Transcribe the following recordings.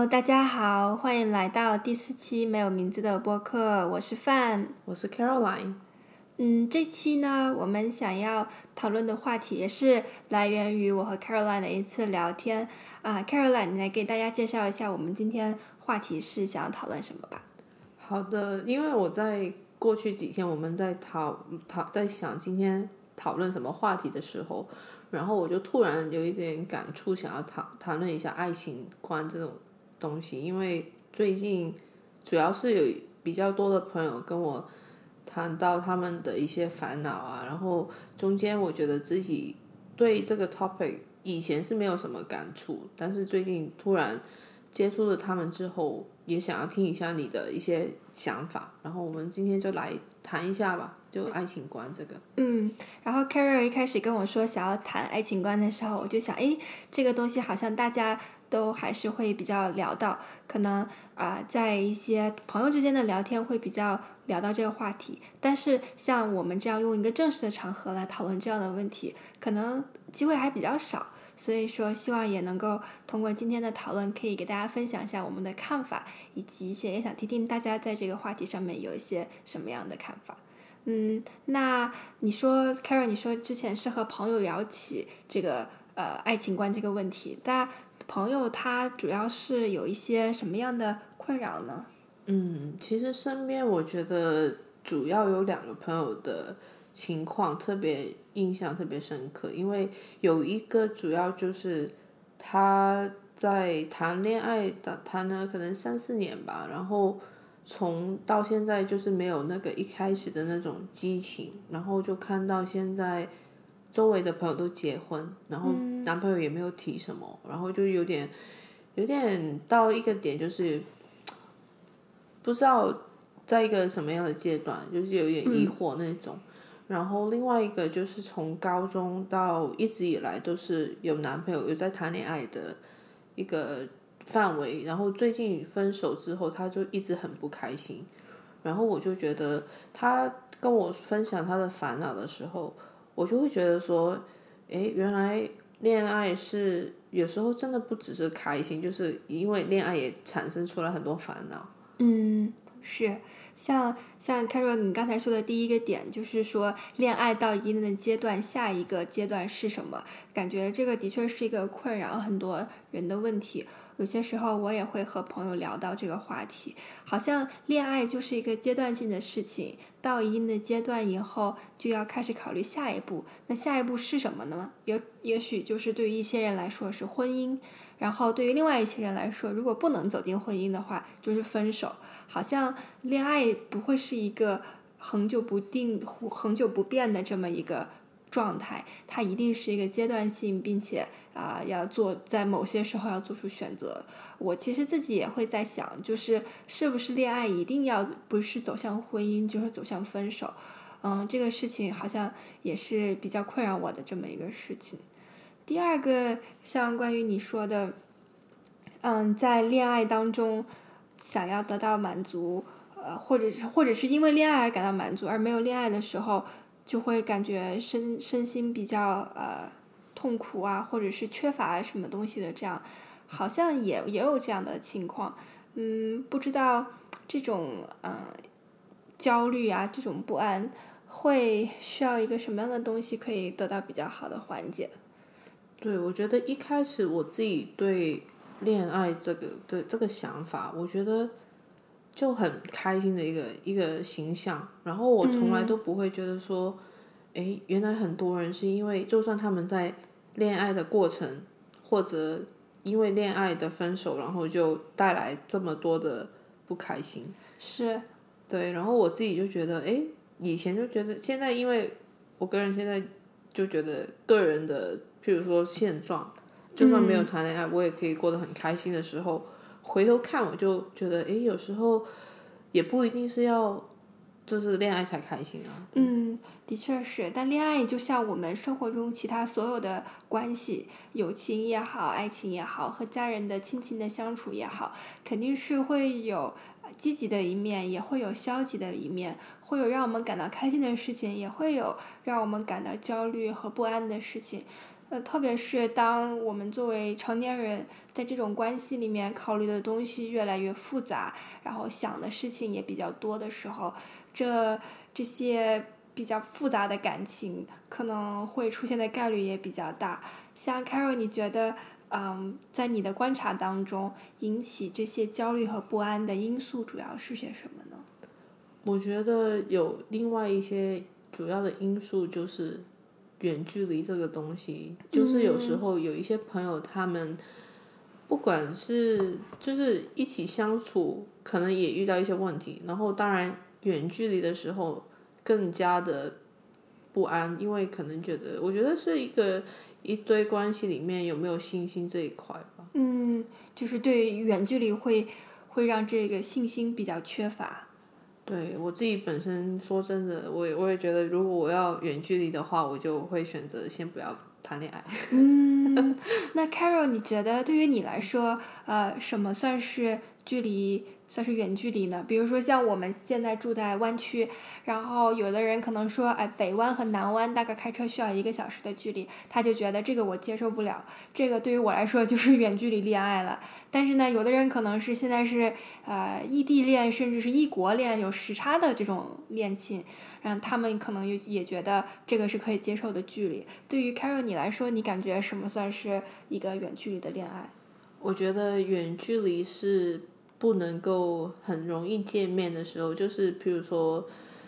Hello，大家好，欢迎来到第4期没有名字的播客，我是范， 我是 Caroline。 这期呢，我们想要讨论的话题也是来源于我和 Caroline 的一次聊天Caroline， 你来给大家介绍一下我们今天话题是想要讨论什么吧？ 好的，因为我在过去几天我们在在想今天讨论什么话题的时候，然后我就突然有一点感触，想要谈论一下爱情观这种东西，因为最近主要是有比较多的朋友跟我谈到他们的一些烦恼啊，然后中间我觉得自己对这个 topic 以前是没有什么感触，但是最近突然接触了他们之后，也想要听一下你的一些想法，然后我们今天就来谈一下吧，就爱情观这个。 然后 Carol 一开始跟我说想要谈爱情观的时候，我就想，这个东西好像大家都还是会比较聊到，可能在一些朋友之间的聊天会比较聊到这个话题，但是像我们这样用一个正式的场合来讨论这样的问题，可能机会还比较少。所以说希望也能够通过今天的讨论可以给大家分享一下我们的看法，以及一些也想听听大家在这个话题上面有一些什么样的看法。那你说 Carol 你说之前是和朋友聊起这个爱情观这个问题，但朋友他主要是有一些什么样的困扰呢？ 其实身边我觉得主要有2个朋友的情况特别印象特别深刻，因为有一个主要就是他在谈恋爱谈了可能3-4年吧，然后从到现在就是没有那个一开始的那种激情，然后就看到现在周围的朋友都结婚，然后男朋友也没有提什么，然后就有点到一个点，就是不知道在一个什么样的阶段，就是有点疑惑那种。然后另外一个就是从高中到一直以来都是有男朋友有在谈恋爱的一个范围，然后最近分手之后他就一直很不开心，然后我就觉得他跟我分享他的烦恼的时候，我就会觉得说，原来恋爱是有时候真的不只是开心，就是因为恋爱也产生出来很多烦恼。 是像 Carol 你刚才说的第一个点，就是说恋爱到一定的阶段，下一个阶段是什么？感觉这个的确是一个困扰很多人的问题。有些时候我也会和朋友聊到这个话题，好像恋爱就是一个阶段性的事情，到一定的阶段以后就要开始考虑下一步。那下一步是什么呢？也许就是对于一些人来说是婚姻，然后对于另外一些人来说，如果不能走进婚姻的话，就是分手。好像恋爱不会是一个恒久不定、恒久不变的这么一个状态，它一定是一个阶段性，并且要在某些时候要做出选择。我其实自己也会在想，就是是不是恋爱一定要不是走向婚姻，就是走向分手。这个事情好像也是比较困扰我的这么一个事情。第二个，像关于你说的，在恋爱当中想要得到满足，或者是因为恋爱而感到满足，而没有恋爱的时候，就会感觉身心比较痛苦啊，或者是缺乏什么东西的，这样好像也有这样的情况。不知道这种焦虑啊，这种不安，会需要一个什么样的东西可以得到比较好的缓解？ 对，我觉得一开始我自己对恋爱这个想法，我觉得就很开心的一个形象，然后我从来都不会觉得说，原来很多人是因为就算他们在恋爱的过程，或者因为恋爱的分手，然后就带来这么多的不开心。 是。 对，然后我自己就觉得，以前就觉得，现在因为我个人现在就觉得个人的，譬如说现状，就算没有谈恋爱，我也可以过得很开心的时候，回头看我就觉得，有时候也不一定是要就是恋爱才开心啊。 的确是，但恋爱就像我们生活中其他所有的关系，友情也好，爱情也好，和家人的亲情的相处也好，肯定是会有积极的一面，也会有消极的一面，会有让我们感到开心的事情，也会有让我们感到焦虑和不安的事情。 特别是当我们作为成年人，在这种关系里面考虑的东西越来越复杂，然后想的事情也比较多的时候，这些比较复杂的感情可能会出现的概率也比较大。像 Carol，你觉得，在你的观察当中，引起这些焦虑和不安的因素主要是些什么呢？ 我觉得有另外一些主要的因素就是远距离这个东西，就是有时候有一些朋友他们不管是就是一起相处，可能也遇到一些问题，然后当然远距离的时候更加的不安，因为可能我觉得是一堆关系里面有没有信心这一块吧。 就是对远距离会让这个信心比较缺乏。 对我自己本身说真的，我也觉得，如果我要远距离的话，我就会选择先不要谈恋爱。 那 Carol，你觉得对于你来说，什么算是远距离呢？比如说像我们现在住在湾区，然后有的人可能说，哎，北湾和南湾大概开车需要1个小时的距离，他就觉得这个我接受不了，这个对于我来说就是远距离恋爱了。但是呢，有的人可能是现在是异地恋，甚至是异国恋，有时差的这种恋情，他们可能也觉得这个是可以接受的距离。对于 Carol 你来说，你感觉什么算是一个远距离的恋爱？ 我觉得远距离是不能够很容易见面的时候，就是譬如说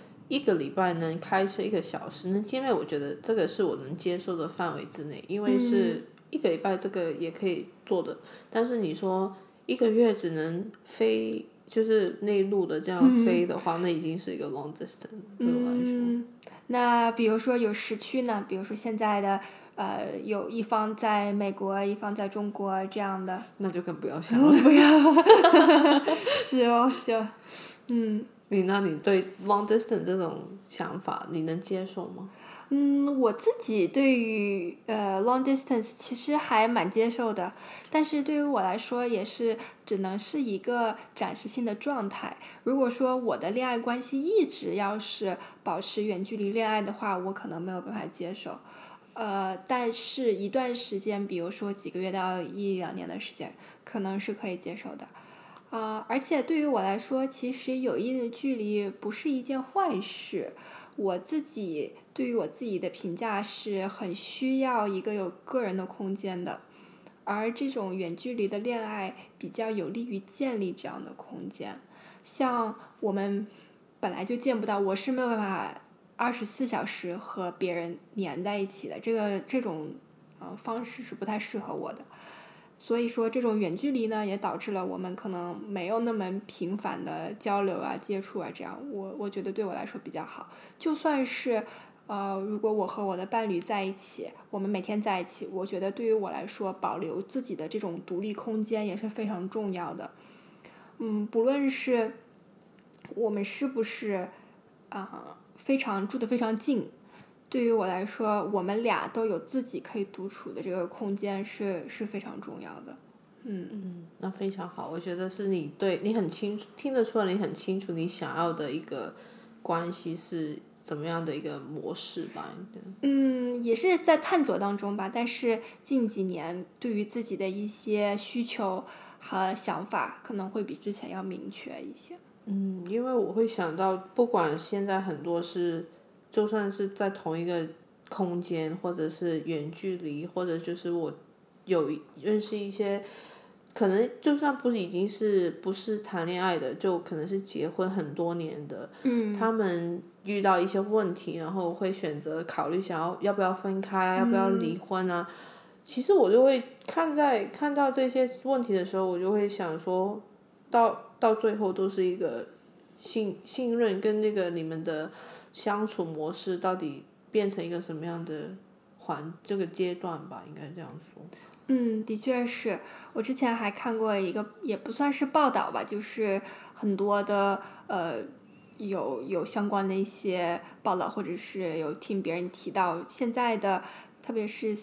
1个礼拜能开车1个小时能见面，我觉得这个是我能接受的范围之内，因为是1个礼拜这个也可以做的。但是你说1个月只能飞，就是内陆的这样飞的话，那已经是一个 long distance 对我来说。 那比如说有时区呢？比如说现在的有一方在美国，一方在中国这样的， 那就更不要想了。 不要。是哦，是哦。 你对 long distance 这种想法，你能接受吗？ 我自己对于long distance 其实还蛮接受的，但是对于我来说也是只能是一个暂时性的状态。如果说我的恋爱关系一直要是保持远距离恋爱的话，我可能没有办法接受。但是一段时间，比如说几个月到1-2年的时间，可能是可以接受的。而且对于我来说，其实有一定的距离不是一件坏事。对于我自己的评价是很需要一个有个人的空间的，而这种远距离的恋爱比较有利于建立这样的空间。像我们本来就见不到，我是没有办法24小时和别人黏在一起的，这种方式是不太适合我的。所以说这种远距离呢，也导致了我们可能没有那么频繁的交流啊、接触啊，这样我觉得对我来说比较好。就算是如果我和我的伴侣在一起，我们每天在一起，我觉得对于我来说，保留自己的这种独立空间也是非常重要的。不论是我们是不是住得非常近，对于我来说，我们俩都有自己可以独处的这个空间是非常重要的。 那非常好，我觉得是你很清楚，听得出来你很清楚你想要的一个关系是怎么样的一个模式吧？ 也是在探索当中吧，但是近几年对于自己的一些需求和想法可能会比之前要明确一些。 因为我会想到，不管现在很多就算是在同一个空间，或者是远距离，或者就是我有认识一些，可能就算不是谈恋爱的，就可能是结婚很多年的，他们遇到一些问题，然后会选择考虑要不要分开啊，要不要离婚啊。其实我就会看到这些问题的时候，我就会想说，到最后都是一个信任跟那个你们的相处模式到底变成一个什么样的这个阶段吧，应该这样说。 的确是，我之前还看过一个也不算是报道吧，就是很多的有相关的一些报道，或者是有听别人提到现在的，特别是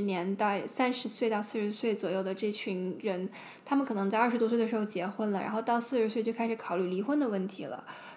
30岁到40岁左右的这群人，他们可能在20多岁的时候结婚了，然后到40岁就开始考虑离婚的问题了。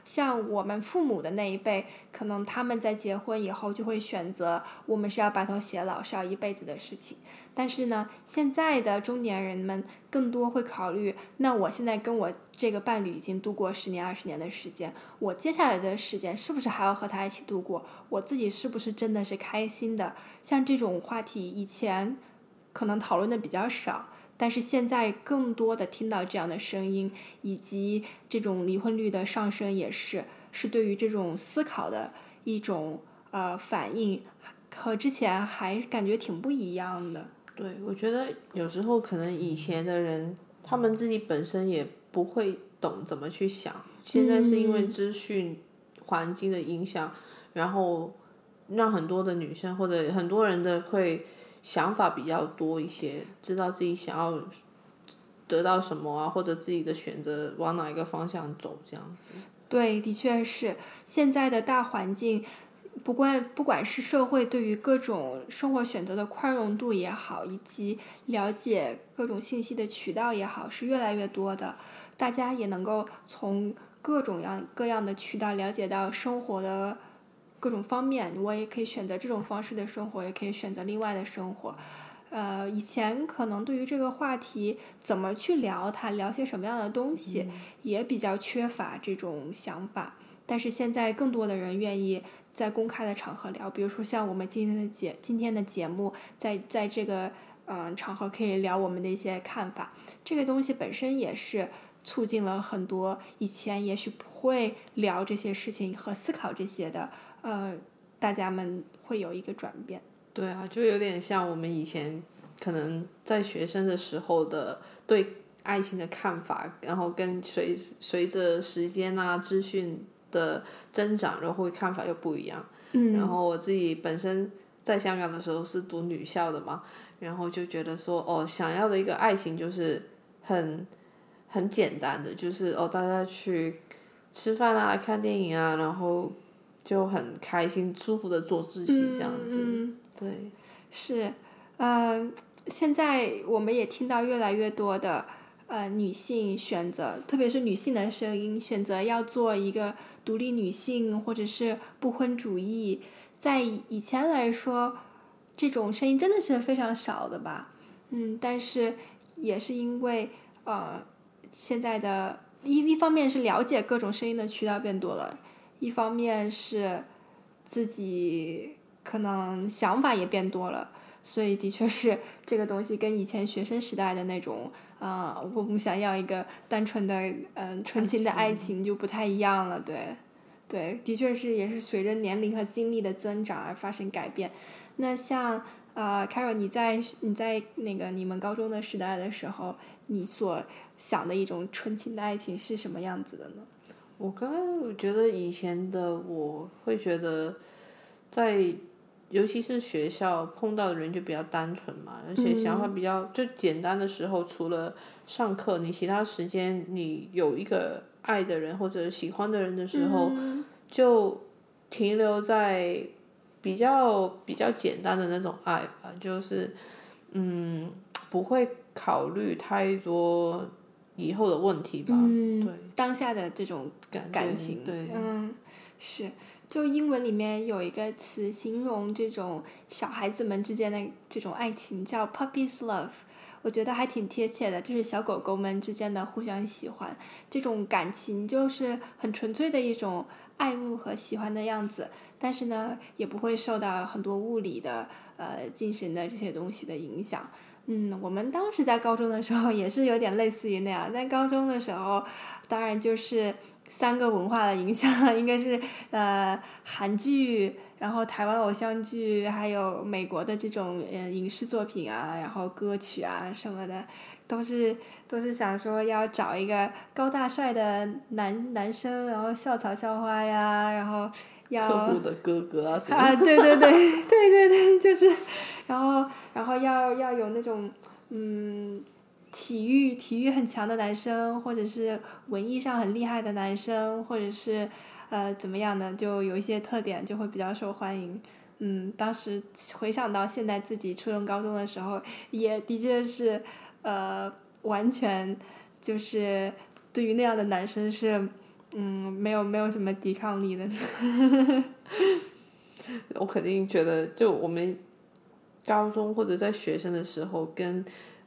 像我们父母的那一辈，可能他们在结婚以后就会选择我们是要白头偕老，是要一辈子的事情。但是呢，现在的中年人们更多会考虑，那我现在跟我这个伴侣已经度过10年、20年的时间，我接下来的时间是不是还要和他一起度过？我自己是不是真的是开心的？像这种话题，以前可能讨论的比较少，但是现在更多的听到这样的声音，以及这种离婚率的上升，也是对于这种思考的一种反应，和之前还感觉挺不一样的。 对，我觉得有时候可能以前的人，他们自己本身也不会懂怎么去想，现在是因为资讯环境的影响，然后让很多的女生或者很多人的会想法比较多一些，知道自己想要得到什么啊，或者自己的选择往哪一个方向走这样子。 对，的确是现在的大环境。不管是社会对于各种生活选择的宽容度也好，以及了解各种信息的渠道也好，是越来越多的。大家也能够从各种各样的渠道了解到生活的各种方面。我也可以选择这种方式的生活，也可以选择另外的生活。以前可能对于这个话题怎么去聊它，聊些什么样的东西，也比较缺乏这种想法。但是现在更多的人愿意在公开的场合聊，比如说像我们今天的节目，在这个场合可以聊我们的一些看法。这个东西本身也是促进了很多以前也许不会聊这些事情和思考这些的大家们会有一个转变。 对啊，就有点像我们以前可能在学生的时候的对爱情的看法，然后跟随着时间啊资讯的增长，然后看法又不一样。然后我自己本身在香港的时候是读女校的嘛，然后就觉得说想要的一个爱情就是很简单的，就是大家去吃饭啊、看电影啊，然后就很开心、舒服的做自己这样子。对， 是，现在我们也听到越来越多的女性选择，特别是女性的声音，选择要做一个独立女性，或者是不婚主义。在以前来说，这种声音真的是非常少的吧。但是也是因为现在的一方面是了解各种声音的渠道变多了，一方面是自己可能想法也变多了，所以的确是这个东西跟以前学生时代的那种我们想要一个单纯的纯情的爱情就不太一样了。对，的确是也是随着年龄和经历的增长而发生改变。那像Carol，你在那个你们高中的时代的时候，你所想的一种纯情的爱情是什么样子的呢？ 我觉得以前的我会觉得尤其是学校碰到的人就比较单纯嘛，而且想法比较就简单的时候，除了上课，你其他时间你有一个爱的人或者喜欢的人的时候，就停留在比较简单的那种爱吧，就是不会考虑太多以后的问题吧。对， 当下的这种感情， 对， 是。就英文里面有一个词形容这种小孩子们之间的这种爱情，叫 puppy's love。我觉得还挺贴切的，就是小狗狗们之间的互相喜欢，这种感情就是很纯粹的一种爱慕和喜欢的样子。但是呢，也不会受到很多物理的精神的这些东西的影响。我们当时在高中的时候也是有点类似于那样，在高中的时候，当然就是3个文化的影响，应该是韩剧，然后台湾偶像剧，还有美国的这种影视作品啊，然后歌曲啊什么的，都是想说要找一个高大帅的男生，然后校草校花呀，然后客户的哥哥啊什么对，就是，然后要有那种体育很强的男生，或者是文艺上很厉害的男生，或者是怎么样的，就有一些特点就会比较受欢迎。当时回想到现在自己初中高中的时候，也的确是完全就是对于那样的男生是没有什么抵抗力的。 我肯定觉得，就我们高中或者在学生的时候跟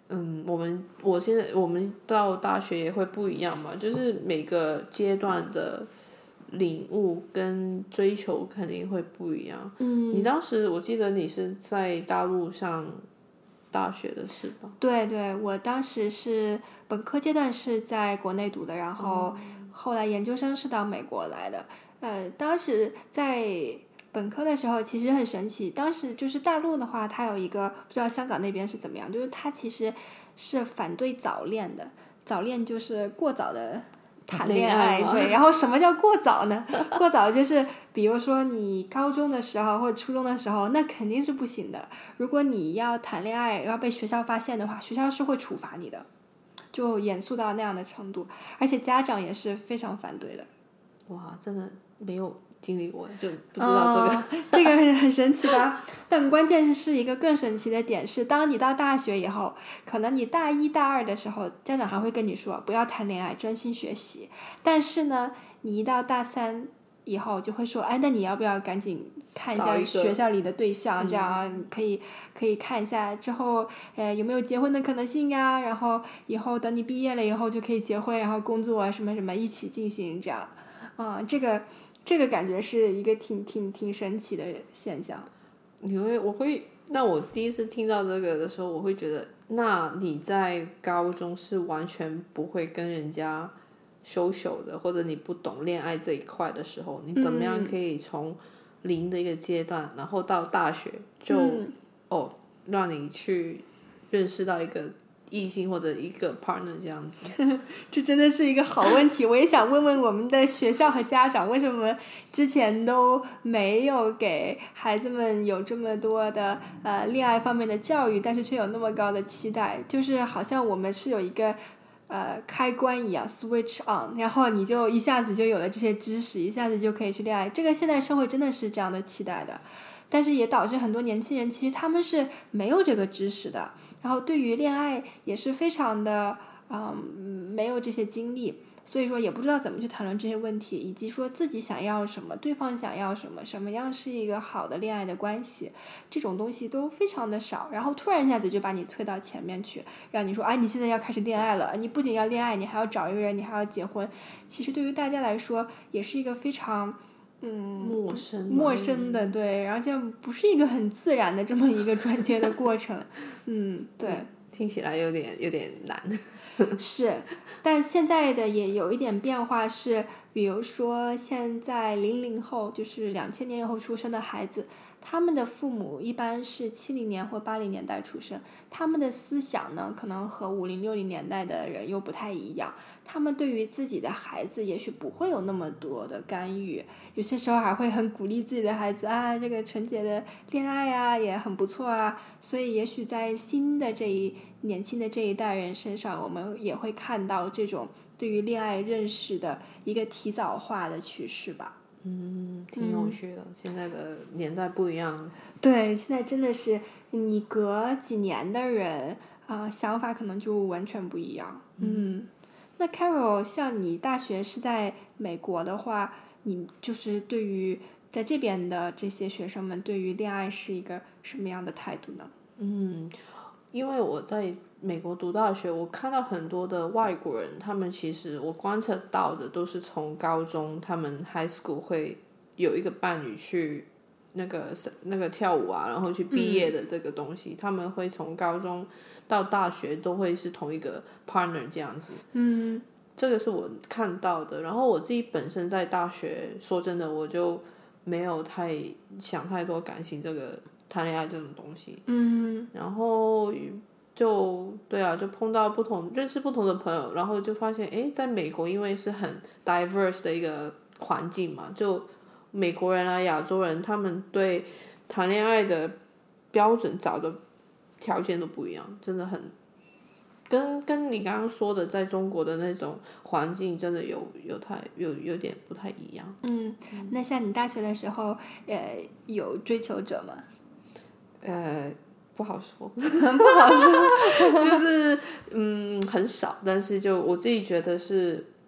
我们到大学也会不一样嘛，就是每个阶段的领悟跟追求肯定会不一样。你当时我记得你是在大陆上大学的是吧？ 对对，我当时是本科阶段是在国内读的，然后后来研究生是到美国来的。当时在本科的时候其实很神奇，当时就是大陆的话，它有一个不知道香港那边是怎么样，就是它其实是反对早恋的，早恋就是过早的谈恋爱，对。然后什么叫过早呢？过早就是比如说你高中的时候或者初中的时候，那肯定是不行的。如果你要谈恋爱要被学校发现的话，学校是会处罚你的，就严肃到那样的程度，而且家长也是非常反对的。 哇，真的没有经历过，就不知道这个。 这个很神奇吧？但关键是一个更神奇的点是，当你到大学以后，可能你大一大二的时候，家长还会跟你说不要谈恋爱，专心学习。但是呢，你一到大三以后，就会说，哎，那你要不要赶紧看一下学校里的对象，这样可以看一下之后，有没有结婚的可能性呀？然后以后等你毕业了以后就可以结婚，然后工作什么什么一起进行这样。这个感觉是一个挺神奇的现象。 那我第一次听到这个的时候，我会觉得，那你在高中是完全不会跟人家social的，或者你不懂恋爱这一块的时候，你怎么样可以从零的一个阶段，然后到大学就让你去认识到一个异性或者一个 partner 这样子？ 这真的是一个好问题，我也想问问我们的学校和家长，为什么之前都没有给孩子们有这么多的恋爱方面的教育，但是却有那么高的期待，就是好像我们是有一个开关一样 switch on， 然后你就一下子就有了这些知识，一下子就可以去恋爱。这个现代社会真的是这样的期待的，但是也导致很多年轻人其实他们是没有这个知识的，然后对于恋爱也是非常的没有这些经历，所以说也不知道怎么去谈论这些问题，以及说自己想要什么，对方想要什么，什么样是一个好的恋爱的关系，这种东西都非常的少，然后突然一下子就把你推到前面去，让你说你现在要开始恋爱了，你不仅要恋爱，你还要找一个人，你还要结婚。其实对于大家来说也是一个非常陌生的，对，而且不是一个很自然的这么一个转接的过程。对， 听起来有点难。 是，但现在的也有一点变化是，比如说现在00后，就是2000年以后出生的孩子，他们的父母一般是70年或80年代出生，他们的思想呢，可能和50、60年代的人又不太一样。他们对于自己的孩子也许不会有那么多的干预，有些时候还会很鼓励自己的孩子这个纯洁的恋爱也很不错啊。所以也许在新的年轻的这一代人身上，我们也会看到这种对于恋爱认识的一个提早化的趋势吧。 挺有趣的，现在的年代不一样。 对，现在真的是你隔几年的人想法可能就完全不一样。那 Carol， 像你大学是在美国的话，你就是对于在这边的这些学生们，对于恋爱是一个什么样的态度呢？ 因为我在美国读大学，我看到很多的外国人，他们其实我观测到的都是从高中，他们 high school 会有一个伴侣去那个跳舞然后去毕业的这个东西，他们会从高中到大学都会是同一个 partner 这样子。这个是我看到的。然后我自己本身在大学，说真的，我就没有想太多感情这个谈恋爱这种东西。然后就碰到认识不同的朋友，然后就发现在美国因为是很 diverse 的一个环境嘛，就美国人亚洲人他们对谈恋爱的标准找的条件都不一样，真的很跟你刚刚说的在中国的那种环境真的有点不太一样。 那像你大学的时候有追求者吗？ 不好说，不好说，就是很少，但是就我自己觉得是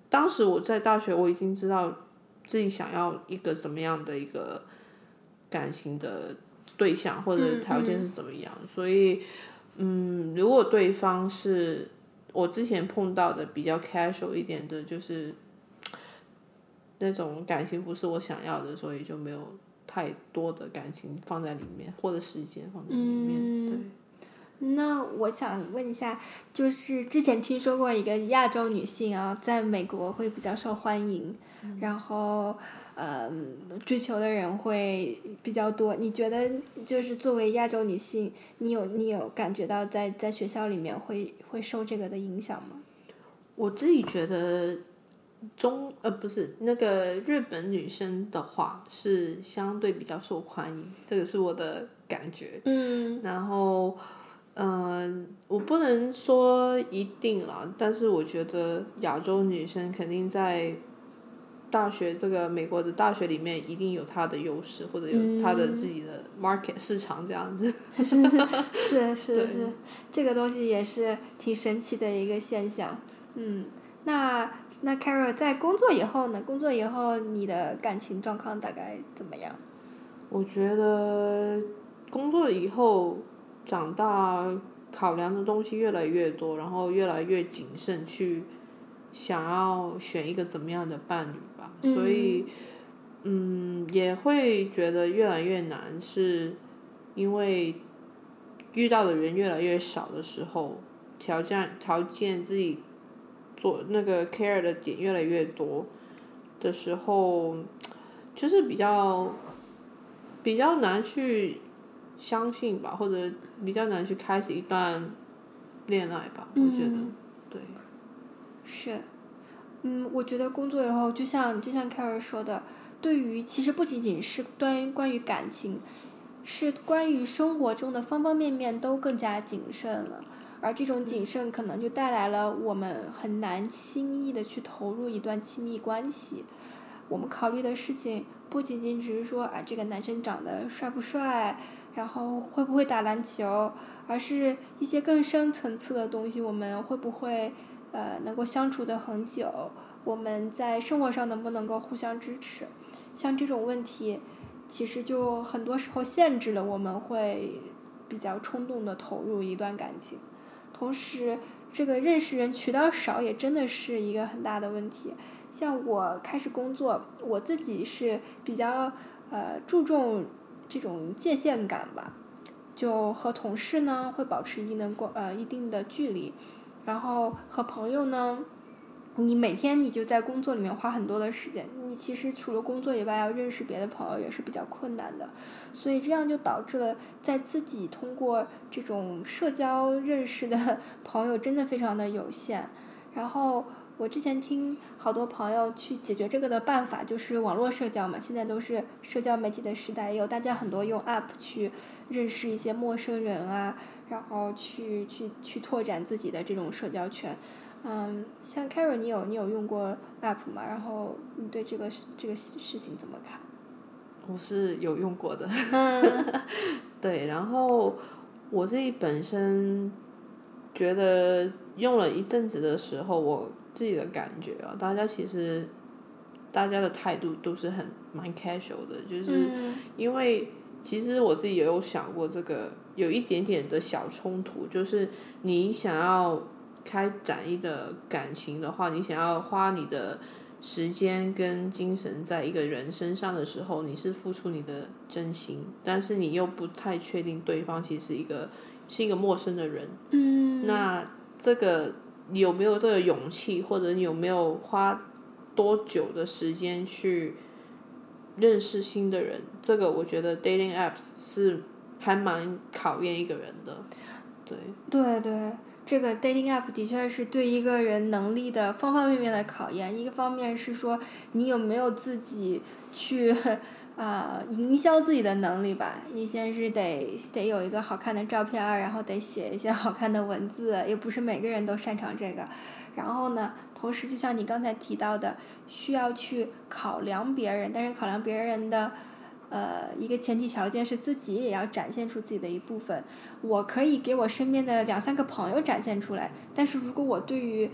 当时我在大学，我已经知道自己想要一个什么样的一个感情的对象或者条件是怎么样，所以如果对方是我之前碰到的比较 casual 一点的，就是那种感情不是我想要的，所以就没有太多的感情放在里面，或者时间放在里面。对。 那我想问一下，就是之前听说过一个亚洲女性啊，在美国会比较受欢迎，然后追求的人会比较多。你觉得就是作为亚洲女性，你有感觉到在学校里面会受这个的影响吗？ 我自己觉得不是那个日本女生的话是相对比较受欢迎，这个是我的感觉。然后我不能说一定啦，但是我觉得亚洲女生肯定在大学这个美国的大学里面一定有她的优势，或者有她的自己的 market 市场这样子。 是，这个东西也是挺神奇的一个现象。那 Carol 在工作以后呢？工作以后你的感情状况大概怎么样？ 我觉得工作以后长大考量的东西越来越多，然后越来越谨慎去想要选一个怎么样的伴侣吧，所以也会觉得越来越难，是因为遇到的人越来越少的时候，条件自己做那个 care 的点越来越多的时候，就是比较难去相信吧，或者比较难去开始一段恋爱吧，我觉得，对。 是，我觉得工作以后，就像Carol 说的，对于其实不仅仅是关于感情，是关于生活中的方方面面都更加谨慎了。而这种谨慎可能就带来了我们很难轻易的去投入一段亲密关系。我们考虑的事情不仅仅只是说这个男生长得帅不帅，然后会不会打篮球，而是一些更深层次的东西，我们会不会能够相处得很久，我们在生活上能不能够互相支持，像这种问题其实就很多时候限制了我们会比较冲动的投入一段感情。同时这个认识人渠道少也真的是一个很大的问题。像我开始工作，我自己是比较注重这种界限感吧，就和同事呢会保持一定的距离，然后和朋友呢，你每天你就在工作里面花很多的时间，你其实除了工作以外要认识别的朋友也是比较困难的，所以这样就导致了在自己通过这种社交认识的朋友真的非常的有限。然后我之前听好多朋友去解决这个的办法就是网络社交嘛，现在都是社交媒体的时代，也有大家很多用 app 去认识一些陌生人啊，然后去拓展自己的这种社交圈。像 Carol 你有用过 app 吗？然后你对这个事情怎么看？ 我是有用过的。对，然后我自己本身觉得用了一阵子的时候，我自己的感觉大家的态度都是蛮 casual 的，就是因为其实我自己也有想过这个，有一点点的小冲突，就是你想要开展一个感情的话，你想要花你的时间跟精神在一个人身上的时候，你是付出你的真心，但是你又不太确定对方其实是一个陌生的人。那这个你有没有这个勇气，或者你有没有花多久的时间去认识新的人？这个我觉得 dating apps 是还蛮考验一个人的。 对，这个 dating app 的确是对一个人能力的方方面面的考验。一个方面是说你有没有自己去营销自己的能力吧，你先是得有一个好看的照片，然后得写一些好看的文字，也不是每个人都擅长这个。然后呢，同时就像你刚才提到的，需要去考量别人，但是考量别人的一个前提条件是自己也要展现出自己的一部分。我可以给我身边的2-3个朋友展现出来，但是如果我对于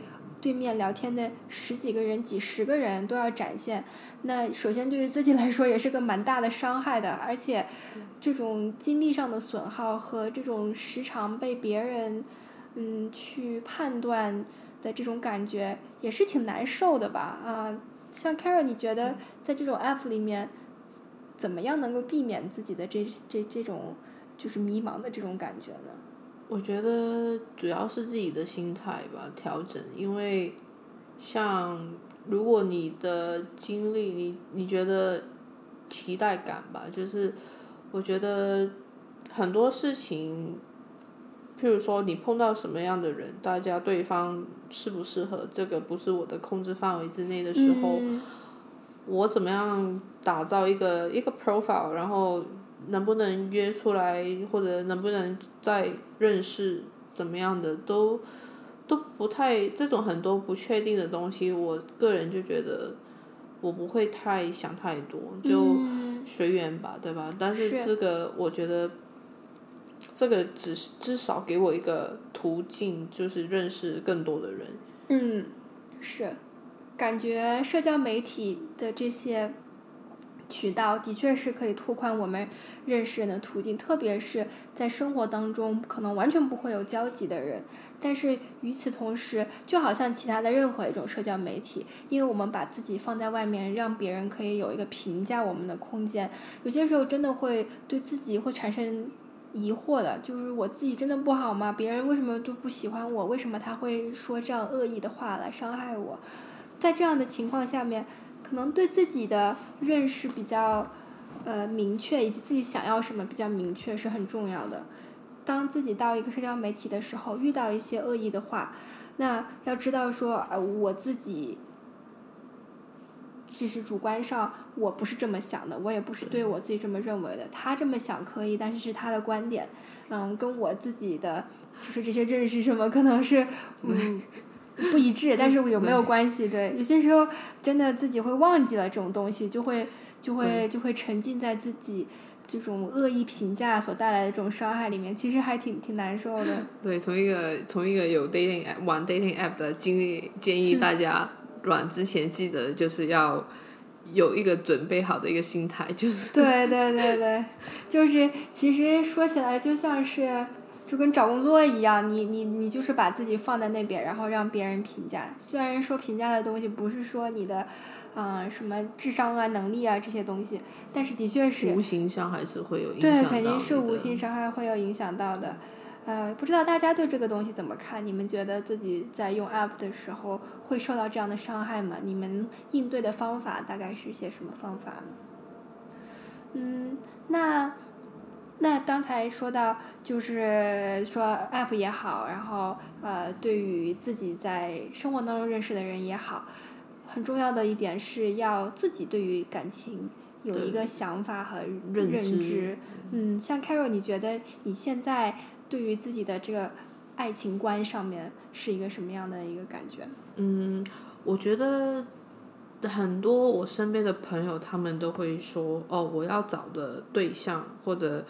对面聊天的十几个人、几十个人都要展现，那首先对于自己来说也是个蛮大的伤害的，而且这种精力上的损耗和这种时常被别人去判断的这种感觉也是挺难受的吧啊。像 Carol 你觉得在这种 app 里面怎么样能够避免自己的这种就是迷茫的这种感觉呢？ 我觉得主要是自己的心态吧，调整。因为像如果你的经历，你觉得期待感吧，就是我觉得很多事情，譬如说你碰到什么样的人，大家对方适不适合，这个不是我的控制范围之内的时候，我怎么样打造一个 profile， 然后能不能约出来，或者能不能再认识怎么样的，都不太，这种很多不确定的东西，我个人就觉得我不会太想太多，就随缘吧，对吧？但是这个我觉得这个至少给我一个途径，就是认识更多的人。 是，感觉社交媒体的这些渠道的确是可以拓宽我们认识人的途径，特别是在生活当中可能完全不会有交集的人。但是与此同时，就好像其他的任何一种社交媒体，因为我们把自己放在外面，让别人可以有一个评价我们的空间，有些时候真的会对自己会产生疑惑的，就是我自己真的不好吗？别人为什么就不喜欢我？为什么他会说这样恶意的话来伤害我？在这样的情况下面，可能对自己的认识比较明确，以及自己想要什么比较明确是很重要的。当自己到一个社交媒体的时候，遇到一些恶意的话，那要知道说我自己只是主观上我不是这么想的，我也不是对我自己这么认为的，他这么想可以，但是是他的观点，跟我自己的就是这些认识什么可能是不一致，但是有没有关系？对，有些时候真的自己会忘记了这种东西，就会沉浸在自己这种恶意评价所带来的这种伤害里面，其实还挺难受的。 对，从一个有 dating app 玩 dating app 的经历，建议大家软之前记得就是要有一个准备好的一个心态，就是对，就是其实说起来就像是就跟找工作一样，你就是把自己放在那边，然后让别人评价。虽然说评价的东西不是说你的什么智商啊、能力啊这些东西，但是的确是无形上还是会有影响到。 对，肯定是无形上还会有影响到的。不知道大家对这个东西怎么看？你们觉得自己在用 app 的时候会受到这样的伤害吗？你们应对的方法大概是些什么方法呢？那刚才说到，就是说 app 也好，然后对于自己在生活当中认识的人也好，很重要的一点是要自己对于感情有一个想法和认知。像 Carol， 你觉得你现在对于自己的这个爱情观上面是一个什么样的一个感觉？ 我觉得很多我身边的朋友，他们都会说，我要找的对象或者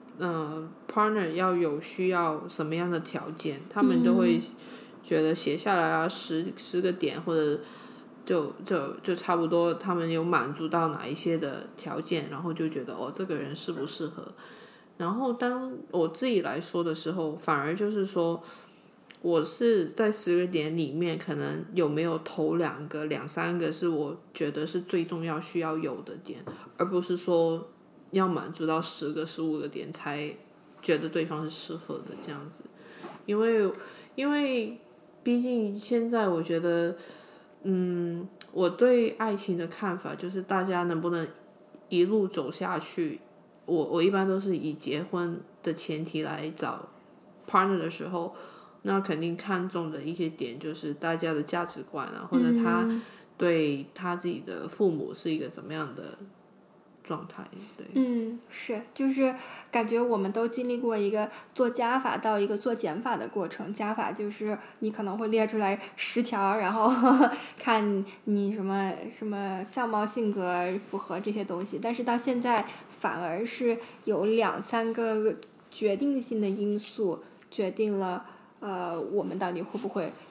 partner 要有需要什么样的条件，他们都会觉得写下来啊，十个点，或者就差不多，他们有满足到哪一些的条件，然后就觉得这个人适不适合。然后当我自己来说的时候，反而就是说，我是在10个点里面，可能有没有头2个、2、3个是我觉得是最重要需要有的点，而不是说要满足到10个、15个点才觉得对方是适合的这样子。因为毕竟现在我觉得，我对爱情的看法就是大家能不能一路走下去。我一般都是以结婚的前提来找 partner 的时候，那肯定看重的一些点就是大家的价值观啊，或者他对他自己的父母是一个怎么样的状态。对， 是，就是感觉我们都经历过一个做加法到一个做减法的过程。加法就是你可能会列出来10条，然后看你什么相貌、性格符合这些东西，但是到现在反而是有2、3个决定性的因素决定了我们到底会不会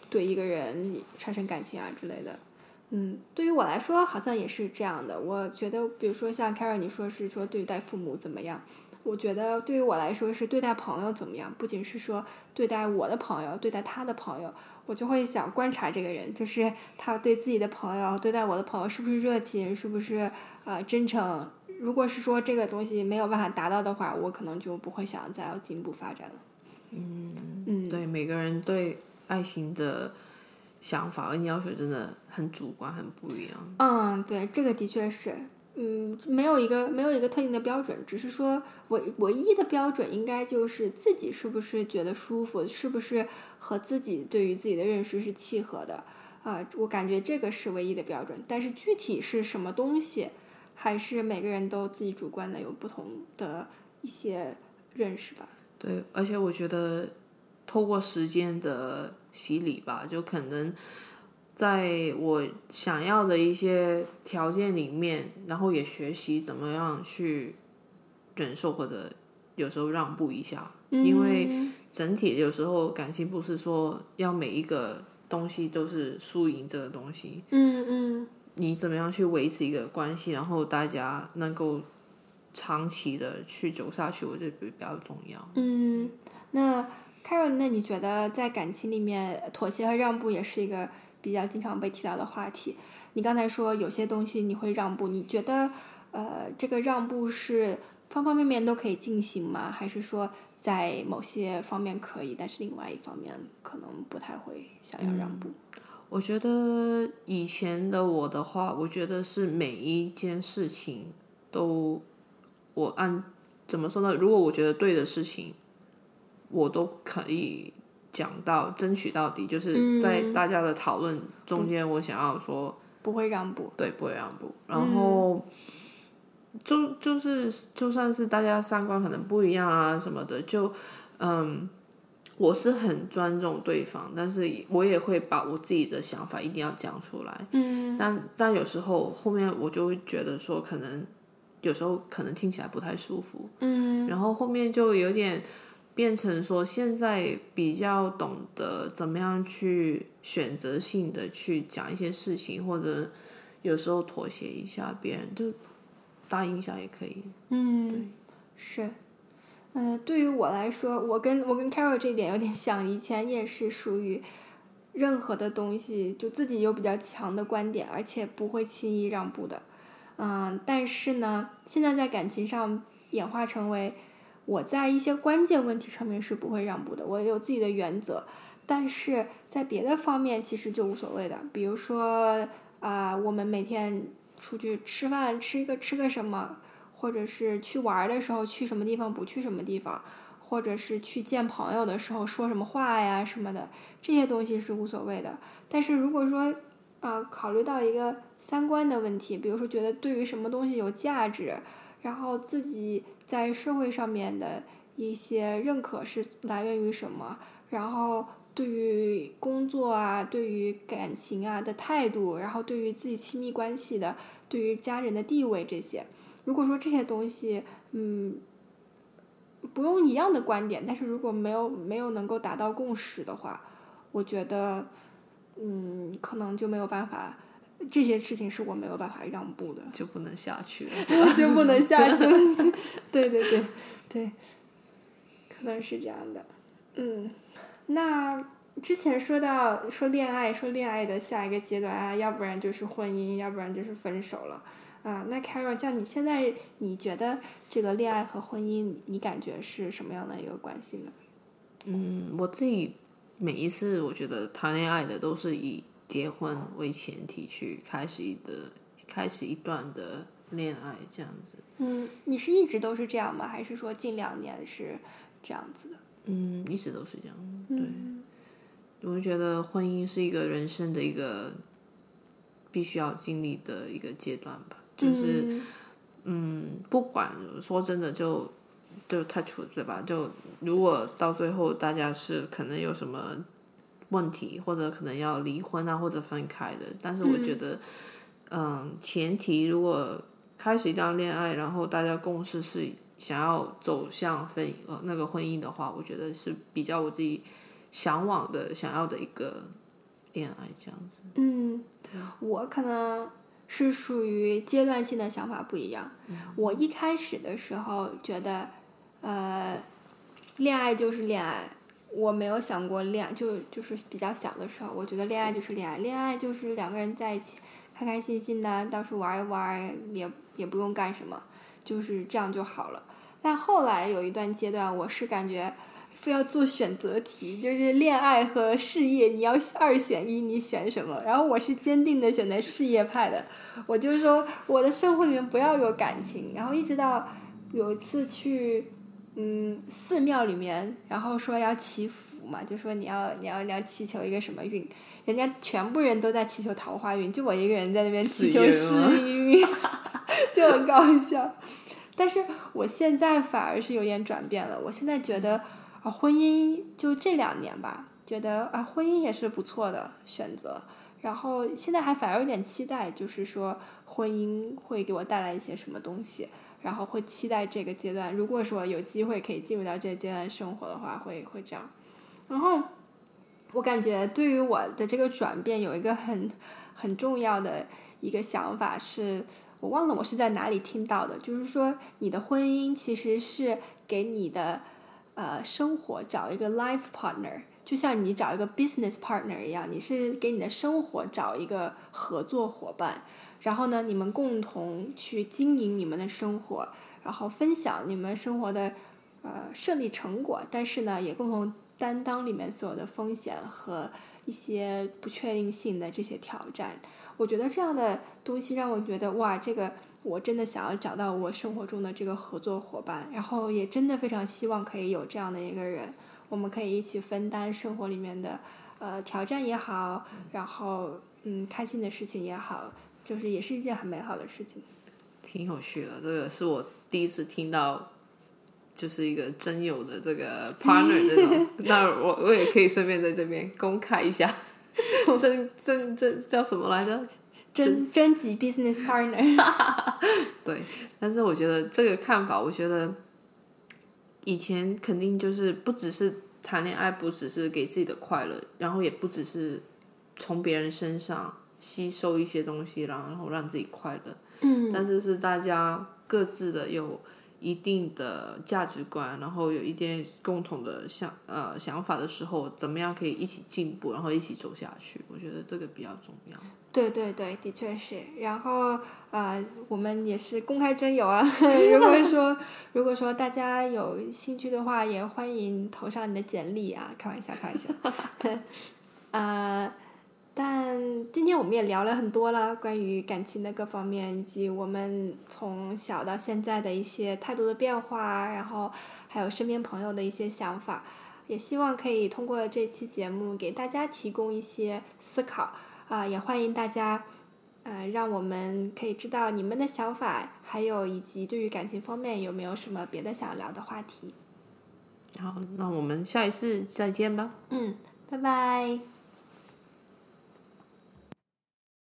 对一个人产生感情啊之类的。对于我来说好像也是这样的。我觉得，比如说像 Carol 你说是说对待父母怎么样，我觉得对于我来说是对待朋友怎么样，不仅是说对待我的朋友，对待他的朋友，我就会想观察这个人，就是他对自己的朋友，对待我的朋友是不是热情，是不是真诚。如果是说这个东西没有办法达到的话，我可能就不会想再要进一步发展了。 对，每个人对爱情的想法跟要求真的很主观，很不一样。 对，这个的确是，没有一个特定的标准，只是说唯一的标准应该就是自己是不是觉得舒服，是不是和自己对于自己的认识是契合的我感觉这个是唯一的标准，但是具体是什么东西，还是每个人都自己主观的有不同的一些认识吧。 对，而且我觉得透过时间的洗礼吧，就可能在我想要的一些条件里面，然后也学习怎么样去忍受或者有时候让步一下，因为整体有时候感情不是说要每一个东西都是输赢这个东西，你怎么样去维持一个关系，然后大家能够长期的去走下去，我觉得比较重要。 那 Carol， 那你觉得在感情里面妥协和让步也是一个比较经常被提到的话题？你刚才说有些东西你会让步，你觉得这个让步是方方面面都可以进行吗？还是说在某些方面可以，但是另外一方面可能不太会想要让步？ 我觉得以前的我的话，我觉得是每一件事情都我怎么说呢？如果我觉得对的事情，我都可以讲到争取到底，就是在大家的讨论中间，我想要说不会让步， 对，不会让步。然后就算是大家三观可能不一样啊什么的，我是很尊重对方，但是我也会把我自己的想法一定要讲出来。但有时候后面我就会觉得说，可能有时候可能听起来不太舒服。然后后面就有点变成说，现在比较懂得怎么样去选择性的去讲一些事情，或者有时候妥协一下，别人就答应一下也可以。 是。对于我来说，我跟 Carol 这一点有点像，以前也是属于任何的东西就自己有比较强的观点，而且不会轻易让步的。但是呢，现在在感情上演化成为我在一些关键问题上面是不会让步的，我有自己的原则，但是在别的方面其实就无所谓的，比如说我们每天出去吃饭吃个什么。或者是去玩的时候去什么地方不去什么地方，或者是去见朋友的时候说什么话呀什么的，这些东西是无所谓的。但是如果说考虑到一个三观的问题，比如说觉得对于什么东西有价值，然后自己在社会上面的一些认可是来源于什么，然后对于工作啊，对于感情啊的态度，然后对于自己亲密关系的，对于家人的地位这些。如果说这些东西，不用一样的观点，但是如果没有能够达到共识的话，我觉得，可能就没有办法，这些事情是我没有办法让步的， 就不能下去了，是吧？ 就不能下去了，对，可能是这样的，那之前说恋爱的下一个阶段要不然就是婚姻，要不然就是分手了。那 Carol， 像你现在你觉得这个恋爱和婚姻，你感觉是什么样的一个关系呢？ 我自己每一次我觉得谈恋爱的都是以结婚为前提去开始一段的恋爱这样子。 你是一直都是这样吗？还是说近2年是这样子的？ 一直都是这样。对，我觉得婚姻是一个人生的一个必须要经历的一个阶段吧。就是不管说真的就 touch wood 对吧？就如果到最后大家是可能有什么问题，或者可能要离婚啊，或者分开的，但是我觉得前提如果开始一段恋爱，然后大家共识是想要走向那个婚姻的话，我觉得是比较我自己向往的想要的一个恋爱这样子。 我可能是属于阶段性的想法不一样。我一开始的时候觉得，恋爱就是恋爱，我没有想过就是比较小的时候，我觉得恋爱就是恋爱，恋爱就是两个人在一起开开心心的到处玩一玩，也不用干什么，就是这样就好了。但后来有一段阶段，我是感觉非要做选择题，就是恋爱和事业，你要2选1，你选什么？然后我是坚定的选择事业派的，我就是说我的生活里面不要有感情。然后一直到有一次去寺庙里面，然后说要祈福嘛，就说你要祈求一个什么运，人家全部人都在祈求桃花运，就我一个人在那边祈求事业运，就很搞笑。但是我现在反而是有点转变了，我现在觉得婚姻就这2年吧，觉得婚姻也是不错的选择。然后现在还反而有点期待，就是说婚姻会给我带来一些什么东西，然后会期待这个阶段，如果说有机会可以进入到这个阶段生活的话，会这样。然后我感觉对于我的这个转变有一个很重要的一个想法是，我忘了我是在哪里听到的，就是说你的婚姻其实是给你的生活找一个 life partner， 就像你找一个 business partner 一样，你是给你的生活找一个合作伙伴，然后呢，你们共同去经营你们的生活，然后分享你们生活的胜利成果，但是呢，也共同担当里面所有的风险和一些不确定性的这些挑战。我觉得这样的东西让我觉得哇，这个我真的想要找到我生活中的这个合作伙伴，然后也真的非常希望可以有这样的一个人，我们可以一起分担生活里面的挑战也好，然后开心的事情也好，就是也是一件很美好的事情。 挺有趣的，这个是我第一次听到，就是一个真有的这个 partner 这种。那我也可以顺便在这边公开一下，真叫什么来着？ 征集 business partner 对，但是我觉得这个看法，我觉得以前肯定就是不只是谈恋爱，不只是给自己的快乐，然后也不只是从别人身上吸收一些东西，然后让自己快乐。但是大家各自的有一定的价值观，然后有一点共同的想法的时候，怎么样可以一起进步，然后一起走下去？我觉得这个比较重要。 对对对，的确是。然后我们也是公开征友啊。如果说大家有兴趣的话，也欢迎投上你的简历啊，开玩笑。但今天我们也聊了很多了，关于感情的各方面，以及我们从小到现在的一些态度的变化，然后还有身边朋友的一些想法，也希望可以通过这期节目给大家提供一些思考也欢迎大家让我们可以知道你们的想法，还有以及对于感情方面有没有什么别的想聊的话题。 好，那我们下一次再见吧。 拜拜。